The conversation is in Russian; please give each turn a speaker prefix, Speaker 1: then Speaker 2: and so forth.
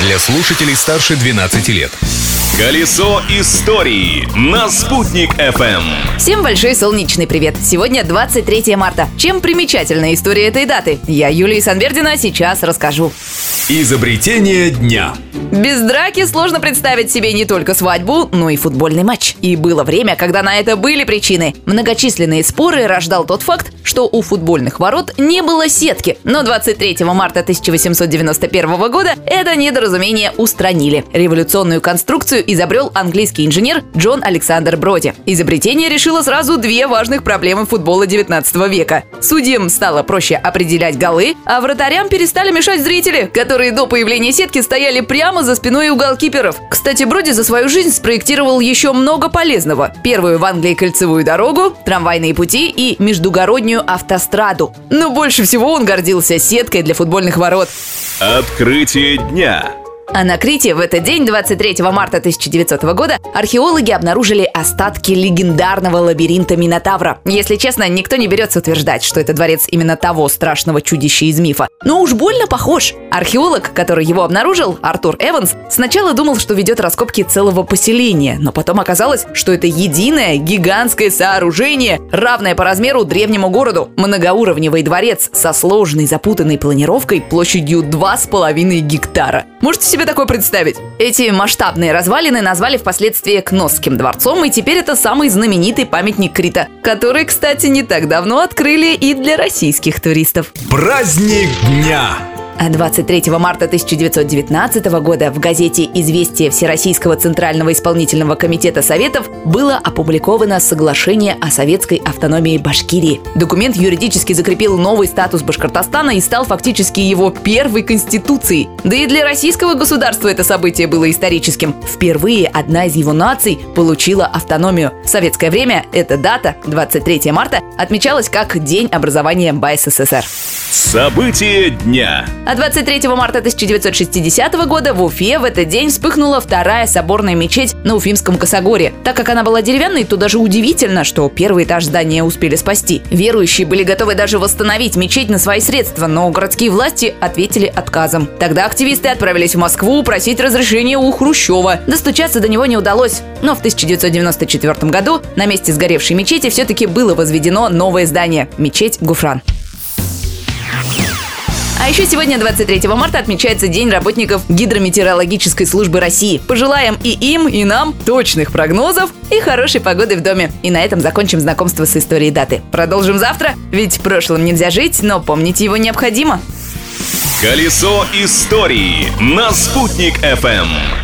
Speaker 1: Для слушателей старше 12 лет. Колесо истории на Спутник FM.
Speaker 2: Всем большой солнечный привет. Сегодня 23 марта. Чем примечательна история этой даты? Я, Юлия Санвердина, сейчас расскажу.
Speaker 1: Изобретение дня.
Speaker 2: Без драки сложно представить себе не только свадьбу, но и футбольный матч. И было время, когда на это были причины. Многочисленные споры рождал тот факт, что у футбольных ворот не было сетки. Но 23 марта 1891 года это недоразумение устранили. Революционную конструкцию изобрел английский инженер Джон Александр Броди. Изобретение решило сразу две важных проблемы футбола 19 века. Судьям стало проще определять голы, а вратарям перестали мешать зрители, которые до появления сетки стояли прямо за спиной у голкиперов. Кстати, Броди за свою жизнь спроектировал еще много полезного. Первую в Англии кольцевую дорогу, трамвайные пути и междугороднюю автостраду. Но больше всего он гордился сеткой для футбольных ворот.
Speaker 1: Открытие дня.
Speaker 2: А на Крите в этот день, 23 марта 1900 года, археологи обнаружили остатки легендарного лабиринта Минотавра. Если честно, никто не берется утверждать, что это дворец именно того страшного чудища из мифа. Но уж больно похож. Археолог, который его обнаружил, Артур Эванс, сначала думал, что ведет раскопки целого поселения, но потом оказалось, что это единое гигантское сооружение, равное по размеру древнему городу. Многоуровневый дворец со сложной запутанной планировкой площадью 2,5 гектара. Можете себе такое представить? Эти масштабные развалины назвали впоследствии Кносским дворцом, и теперь это самый знаменитый памятник Крита, который, кстати, не так давно открыли и для российских туристов.
Speaker 1: Праздник дня.
Speaker 2: А 23 марта 1919 года в газете «Известия Всероссийского Центрального исполнительного комитета Советов» было опубликовано соглашение о советской автономии Башкирии. Документ юридически закрепил новый статус Башкортостана и стал фактически его первой конституцией. Да и для российского государства это событие было историческим. Впервые одна из его наций получила автономию. В советское время эта дата, 23 марта, отмечалась как День образования БССР.
Speaker 1: События дня.
Speaker 2: А 23 марта 1960 года в Уфе в этот день вспыхнула вторая соборная мечеть на Уфимском Косогоре. Так как она была деревянной, то даже удивительно, что первый этаж здания успели спасти. Верующие были готовы даже восстановить мечеть на свои средства, но городские власти ответили отказом. Тогда активисты отправились в Москву просить разрешения у Хрущева. Достучаться до него не удалось. Но в 1994 году на месте сгоревшей мечети все-таки было возведено новое здание – мечеть Гуфран. А еще сегодня, 23 марта, отмечается День работников Гидрометеорологической службы России. Пожелаем и им, и нам точных прогнозов и хорошей погоды в доме. И на этом закончим знакомство с историей даты. Продолжим завтра, ведь прошлым нельзя жить, но помнить его необходимо.
Speaker 1: Колесо истории на Спутник FM.